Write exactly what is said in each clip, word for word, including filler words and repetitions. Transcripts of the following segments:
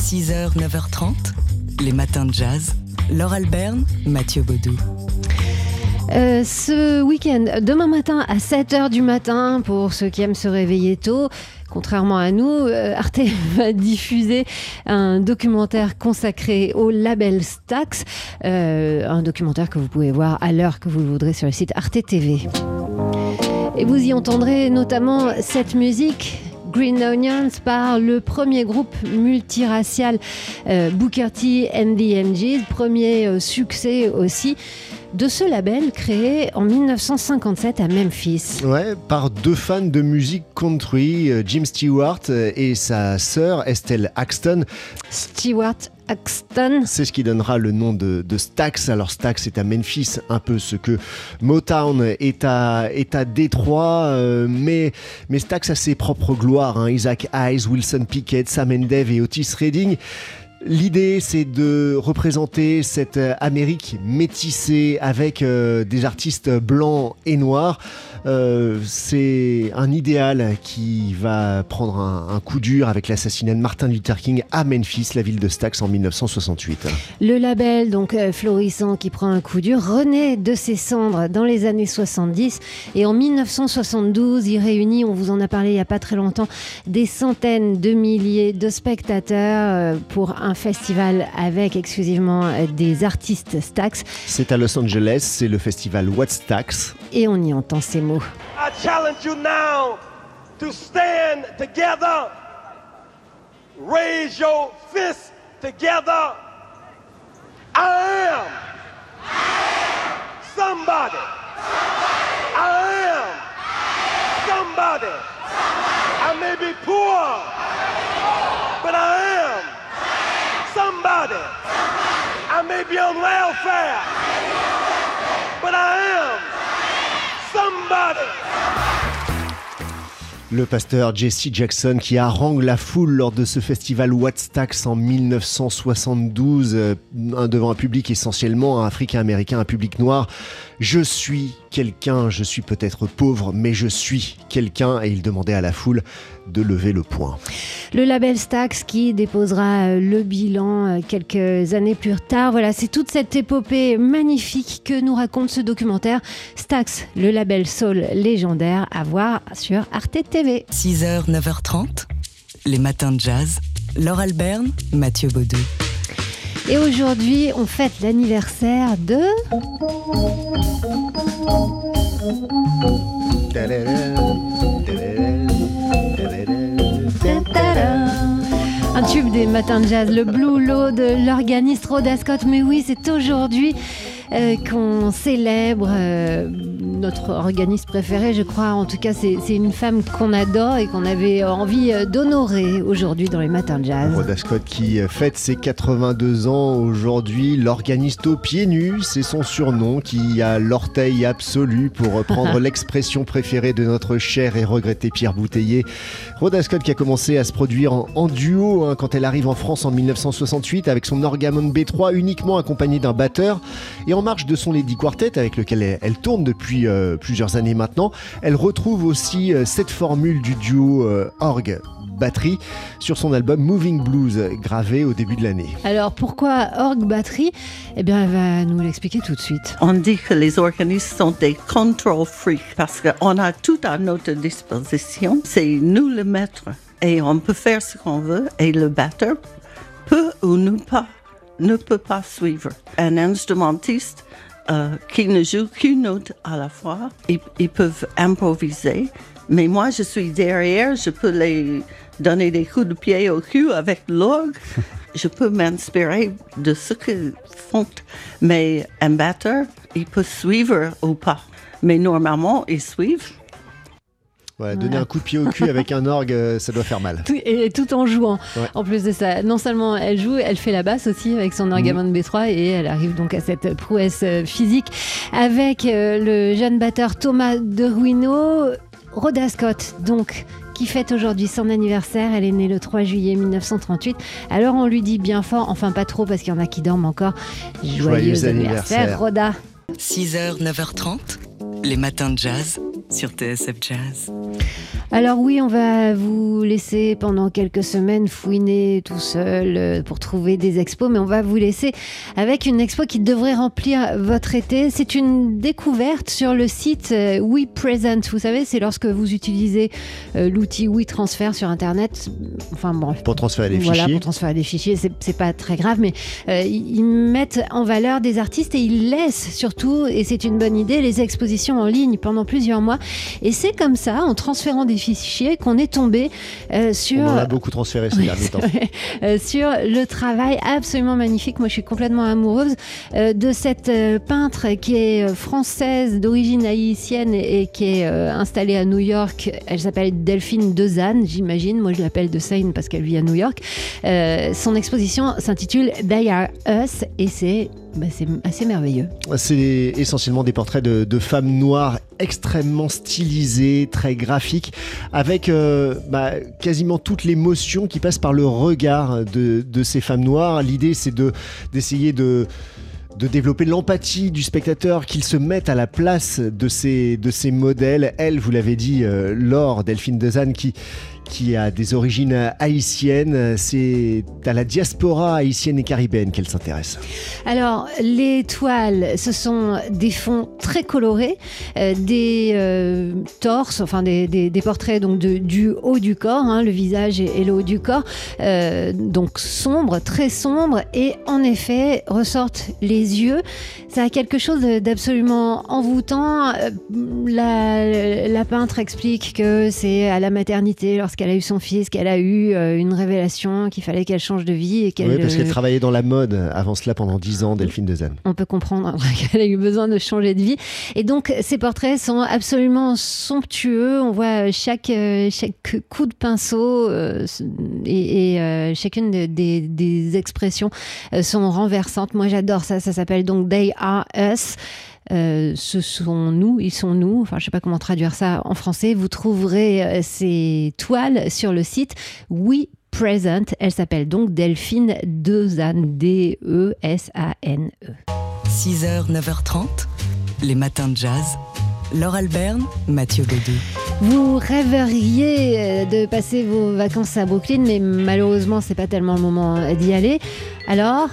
six heures, neuf heures trente, les matins de jazz. Laure Alberne, Mathieu Baudou. Euh, ce week-end, demain matin à sept heures du matin, pour ceux qui aiment se réveiller tôt, contrairement à nous, euh, Arte va diffuser un documentaire consacré au label Stax, euh, un documentaire que vous pouvez voir à l'heure que vous le voudrez sur le site Arte T V. Et vous y entendrez notamment cette musique, Green Onions, par le premier groupe multiracial euh, Booker T and the M Gs, premier euh, succès aussi de ce label créé en dix-neuf cent cinquante-sept à Memphis. Ouais, par deux fans de musique country, Jim Stewart et sa sœur Estelle Axton. Stewart Axton. C'est ce qui donnera le nom de, de Stax. Alors Stax est à Memphis, un peu ce que Motown est à, est à Détroit, euh, mais, mais Stax a ses propres gloires, hein. Isaac Hayes, Wilson Pickett, Sam and Dave et Otis Redding. L'idée, c'est de représenter cette Amérique métissée avec euh, des artistes blancs et noirs. Euh, c'est un idéal qui va prendre un, un coup dur avec l'assassinat de Martin Luther King à Memphis, la ville de Stax, en dix-neuf cent soixante-huit. Le label, donc euh, florissant, qui prend un coup dur, renaît de ses cendres dans les années soixante-dix. Et en dix-neuf cent soixante-douze, il réunit, on vous en a parlé il n'y a pas très longtemps, des centaines de milliers de spectateurs euh, pour un festival avec exclusivement euh, des artistes Stax. C'est à Los Angeles, c'est le festival What's Stax. Et on y entend ces mots. I challenge you now to stand together, raise your fists together. I am somebody. I am somebody. I may be poor, but I am somebody. I may be on welfare, but I am somebody. Le pasteur Jesse Jackson qui harangue la foule lors de ce festival What's Stax en dix-neuf cent soixante-douze, euh, devant un public essentiellement africain-américain, un public noir. Je suis quelqu'un, je suis peut-être pauvre, mais je suis quelqu'un, et il demandait à la foule de lever le poing. Le label Stax qui déposera le bilan quelques années plus tard. Voilà, c'est toute cette épopée magnifique que nous raconte ce documentaire. Stax, le label soul légendaire, à voir sur Arte T V. six heures, neuf heures trente, les matins de jazz. Laure Alberne, Mathieu Baudou. Et aujourd'hui, on fête l'anniversaire de... Un tube des matins de jazz, le Blue Law de l'organiste Rhoda Scott. Mais oui, c'est aujourd'hui euh, qu'on célèbre euh, notre organiste préféré, je crois. En tout cas, c'est, c'est une femme qu'on adore et qu'on avait envie d'honorer aujourd'hui dans les matins de jazz. Rhoda Scott qui fête ses quatre-vingt-deux ans aujourd'hui. L'organiste aux pieds nus, c'est son surnom, qui a l'orteil absolu, pour reprendre l'expression préférée de notre cher et regretté Pierre Bouteiller. Rhoda Scott qui a commencé à se produire en, en duo hein, quand elle arrive en France en dix-neuf cent soixante-huit avec son Orgamon B trois, uniquement accompagné d'un batteur. Et en marge de son Lady Quartet, avec lequel elle, elle tourne depuis euh, plusieurs années maintenant, elle retrouve aussi euh, cette formule du duo euh, orgue batterie sur son album Moving Blues, gravé au début de l'année. Alors pourquoi orgue batterie ? Eh bien, elle va nous l'expliquer tout de suite. On dit que les organistes sont des control freaks parce qu'on a tout à notre disposition. C'est nous le maître et on peut faire ce qu'on veut et le batteur peut ou ne pas ne peut pas suivre. Un instrumentiste euh, qui ne joue qu'une note à la fois, ils, ils peuvent improviser. Mais moi, je suis derrière, je peux les donner des coups de pied au cul avec l'orgue. Je peux m'inspirer de ce qu'ils font. Mais un batteur, il peut suivre ou pas. Mais normalement, ils suivent. Ouais, donner voilà. un coup de pied au cul avec un orgue, ça doit faire mal. Tout, et tout en jouant. Ouais. En plus de ça, non seulement elle joue, elle fait la basse aussi avec son Orgamon mmh. B trois et elle arrive donc à cette prouesse physique avec le jeune batteur Thomas De Ruino. Rhoda Scott, donc, qui fête aujourd'hui son anniversaire. Elle est née le trois juillet mille neuf cent trente-huit. Alors on lui dit bien fort, enfin pas trop parce qu'il y en a qui dorment encore. Joyeux, Joyeux anniversaire, anniversaire, Rhoda. six heures, neuf heures trente, les matins de jazz sur T S F Jazz. Alors oui, on va vous laisser pendant quelques semaines fouiner tout seul euh, pour trouver des expos, mais on va vous laisser avec une expo qui devrait remplir votre été. C'est une découverte sur le site euh, WePresent. Vous savez, c'est lorsque vous utilisez euh, l'outil WeTransfer sur Internet. Enfin bon. Pour transférer des voilà, fichiers. pour transférer des fichiers, c'est, c'est pas très grave, mais euh, ils mettent en valeur des artistes et ils laissent surtout, et c'est une bonne idée, les expositions en ligne pendant plusieurs mois. Et c'est comme ça, en transférant des fichiers, qu'on est tombé euh, sur... On en a beaucoup transféré ces oui, derniers temps. euh, sur le travail absolument magnifique. Moi, je suis complètement amoureuse euh, de cette euh, peintre qui est française, d'origine haïtienne et, et qui est euh, installée à New York. Elle s'appelle Delphine Dezane, j'imagine. Moi, je l'appelle Dezane parce qu'elle vit à New York. Euh, son exposition s'intitule They Are Us et c'est... Bah, c'est assez merveilleux. C'est essentiellement des portraits de, de femmes noires extrêmement stylisées, très graphiques, avec euh, bah, quasiment toute l'émotion qui passe par le regard de, de ces femmes noires. L'idée, c'est de, d'essayer de... de développer l'empathie du spectateur, qu'il se mette à la place de ces, de ces modèles. Elle, vous l'avez dit, euh, Laure, Delphine Dezane, qui, qui a des origines haïtiennes. C'est à la diaspora haïtienne et caribéenne qu'elle s'intéresse. Alors, les toiles, ce sont des fonds très colorés, euh, des euh, torses, enfin des, des, des portraits donc de, du haut du corps, hein, le visage et, et le haut du corps, euh, donc sombres, très sombres, et en effet ressortent les yeux. Ça a quelque chose d'absolument envoûtant. La, la peintre explique que c'est à la maternité, lorsqu'elle a eu son fils, qu'elle a eu une révélation qu'il fallait qu'elle change de vie. Et qu'elle, oui, parce qu'elle travaillait dans la mode avant cela pendant dix ans, Delphine Dezane. On peut comprendre qu'elle a eu besoin de changer de vie. Et donc, ces portraits sont absolument somptueux. On voit chaque, chaque coup de pinceau euh, et, et euh, chacune des, des, des expressions sont renversantes. Moi, j'adore ça. Ça s'appelle donc They Are Us. Euh, ce sont nous, ils sont nous. Enfin, je ne sais pas comment traduire ça en français. Vous trouverez euh, ces toiles sur le site WePresent. Elle s'appelle donc Delphine Dezane, D E S A N E. six heures, neuf heures trente, les matins de jazz. Laure Alberne, Mathieu Baudou. Vous rêveriez de passer vos vacances à Brooklyn, mais malheureusement, c'est pas tellement le moment d'y aller. Alors,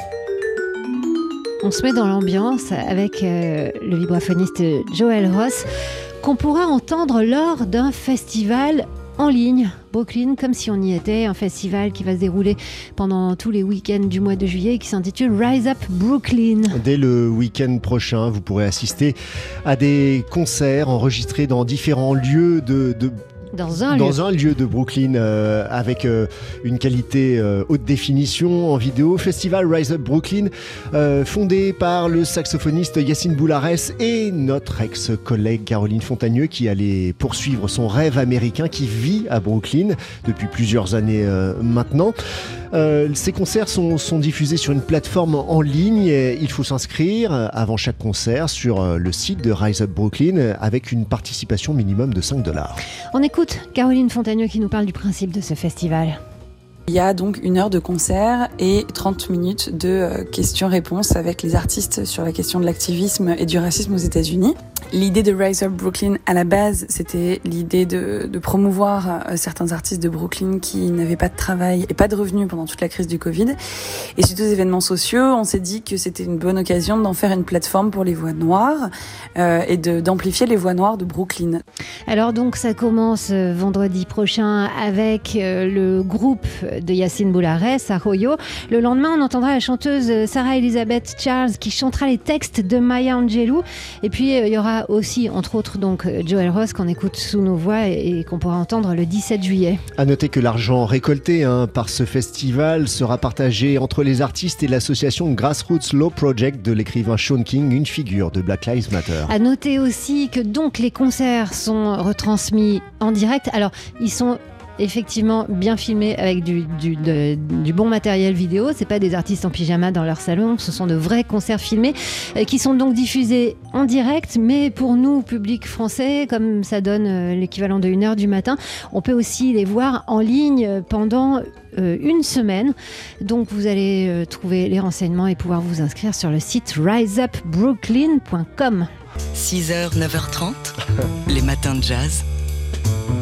on se met dans l'ambiance avec euh, le vibraphoniste Joel Ross, qu'on pourra entendre lors d'un festival en ligne, Brooklyn, comme si on y était, un festival qui va se dérouler pendant tous les week-ends du mois de juillet et qui s'intitule Rise Up Brooklyn. Dès le week-end prochain, vous pourrez assister à des concerts enregistrés dans différents lieux de... de... Dans un Dans lieu. un lieu de Brooklyn euh, avec euh, une qualité euh, haute définition en vidéo. Festival Rise Up Brooklyn, euh, fondé par le saxophoniste Yacine Boulares et notre ex-collègue Caroline Fontagneux qui allait poursuivre son rêve américain, qui vit à Brooklyn depuis plusieurs années euh, maintenant. Euh, ces concerts sont, sont diffusés sur une plateforme en ligne. Il faut s'inscrire avant chaque concert sur le site de Rise Up Brooklyn avec une participation minimum de cinq dollars. On écoute Caroline Fontagneux qui nous parle du principe de ce festival. Il y a donc une heure de concert et trente minutes de questions-réponses avec les artistes sur la question de l'activisme et du racisme aux États-Unis. L'idée de Rise Up Brooklyn, à la base, c'était l'idée de, de promouvoir certains artistes de Brooklyn qui n'avaient pas de travail et pas de revenus pendant toute la crise du Covid. Et suite aux événements sociaux, on s'est dit que c'était une bonne occasion d'en faire une plateforme pour les voix noires euh, et de, d'amplifier les voix noires de Brooklyn. Alors donc, ça commence vendredi prochain avec euh, le groupe de Yacine Boulares, Arroyo. Le lendemain, on entendra la chanteuse Sarah Elizabeth Charles qui chantera les textes de Maya Angelou. Et puis, euh, il y aura aussi, entre autres, donc Joel Ross qu'on écoute sous nos voix et, et qu'on pourra entendre le dix-sept juillet. À noter que l'argent récolté hein, par ce festival sera partagé entre les artistes et l'association Grassroots Law Project de l'écrivain Shaun King, une figure de Black Lives Matter. À noter aussi que donc les concerts sont retransmis en direct. Alors, ils sont effectivement bien filmés avec du, du, de, du bon matériel vidéo. C'est pas des artistes en pyjama dans leur salon, ce sont de vrais concerts filmés euh, qui sont donc diffusés en direct, mais pour nous, public français, comme ça donne euh, l'équivalent de une heure du matin, on peut aussi les voir en ligne pendant euh, une semaine. Donc vous allez euh, trouver les renseignements et pouvoir vous inscrire sur le site rise up brooklyn point com. six heures, neuf heures trente, les matins de jazz.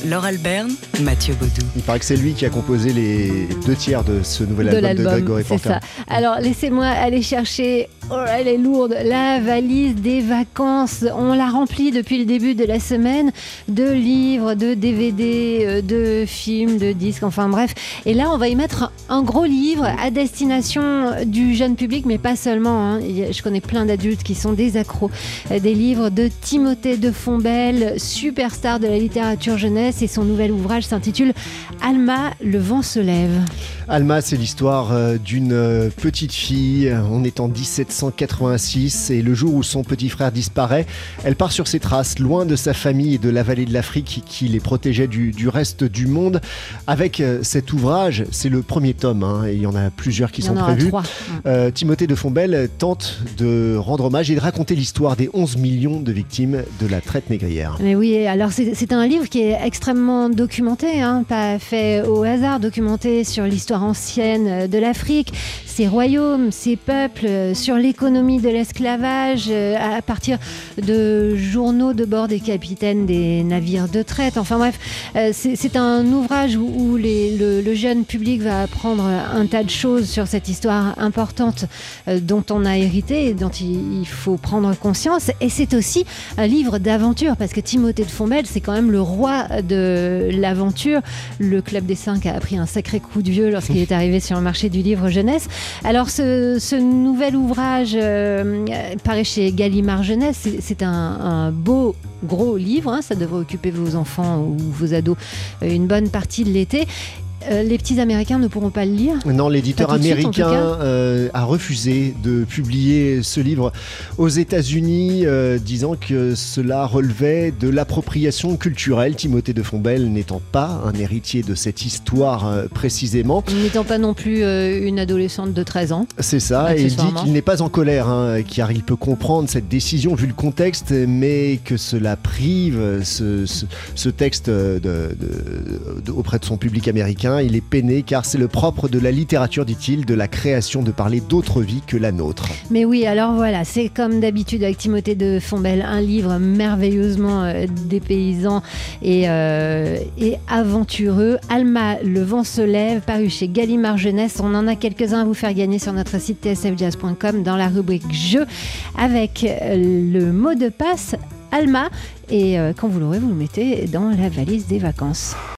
Laure Alberne, Mathieu Baudou. Il paraît que c'est lui qui a composé les deux tiers de ce nouvel de album de l'album, Gregory c'est Porter. ça. Alors laissez-moi aller chercher, oh, elle est lourde, la valise des vacances. On l'a remplie depuis le début de la semaine de livres, de D V D, de films, de disques, enfin bref. Et là, on va y mettre un gros livre à destination du jeune public, mais pas seulement. Hein. Je connais plein d'adultes qui sont des accros. Des livres de Timothée de Fontbelle, superstar de la littérature jeunesse, et son nouvel ouvrage s'intitule Alma, le vent se lève. Alma, c'est l'histoire d'une petite fille. On est en dix-sept cent quatre-vingt-six et le jour où son petit frère disparaît, elle part sur ses traces, loin de sa famille et de la vallée de l'Afrique qui les protégeait du, du reste du monde. Avec cet ouvrage, c'est le premier tome, hein, et il y en a plusieurs qui il y sont en aura prévus. trois. Euh, Timothée de Fontbelle tente de rendre hommage et de raconter l'histoire des onze millions de victimes de la traite négrière. Mais oui, alors c'est, c'est un livre qui est extrêmement documenté, hein, pas fait au hasard, documenté sur l'histoire ancienne de l'Afrique, ses royaumes, ses peuples, sur l'économie de l'esclavage, à partir de journaux de bord des capitaines des navires de traite. Enfin bref, c'est, c'est un ouvrage où, où les, le, le jeune public va apprendre un tas de choses sur cette histoire importante dont on a hérité et dont il, il faut prendre conscience. Et c'est aussi un livre d'aventure, parce que Timothée de Fontbelle, c'est quand même le roi de l'aventure. Le Club des Cinq a pris un sacré coup de vieux lorsqu'il est arrivé sur le marché du livre jeunesse. Alors ce, ce nouvel ouvrage euh, paraît chez Gallimard Jeunesse. C'est, c'est un, un beau gros livre, hein, ça devrait occuper vos enfants ou vos ados une bonne partie de l'été. Euh, les petits Américains ne pourront pas le lire. Non, l'éditeur Pas tout de suite, en américain tout cas. euh, a refusé de publier ce livre aux États-Unis, euh, disant que cela relevait de l'appropriation culturelle. Timothée de Fontbelle n'étant pas un héritier de cette histoire euh, précisément. N'étant pas non plus euh, une adolescente de treize ans. C'est ça, et il dit Accessoirement. qu'il n'est pas en colère, hein, car il peut comprendre cette décision vu le contexte, mais que cela prive ce, ce, ce texte de, de, de, auprès de son public américain. Il est peiné car c'est le propre de la littérature, dit-il, de la création de parler d'autres vies que la nôtre. Mais oui, alors voilà, c'est comme d'habitude avec Timothée de Fontbelle, un livre merveilleusement euh, dépaysant et, euh, et aventureux. Alma, le vent se lève, paru chez Gallimard Jeunesse. On en a quelques-uns à vous faire gagner sur notre site t s f jazz point com dans la rubrique Jeux, avec le mot de passe Alma. Et euh, quand vous l'aurez, vous le mettez dans la valise des vacances.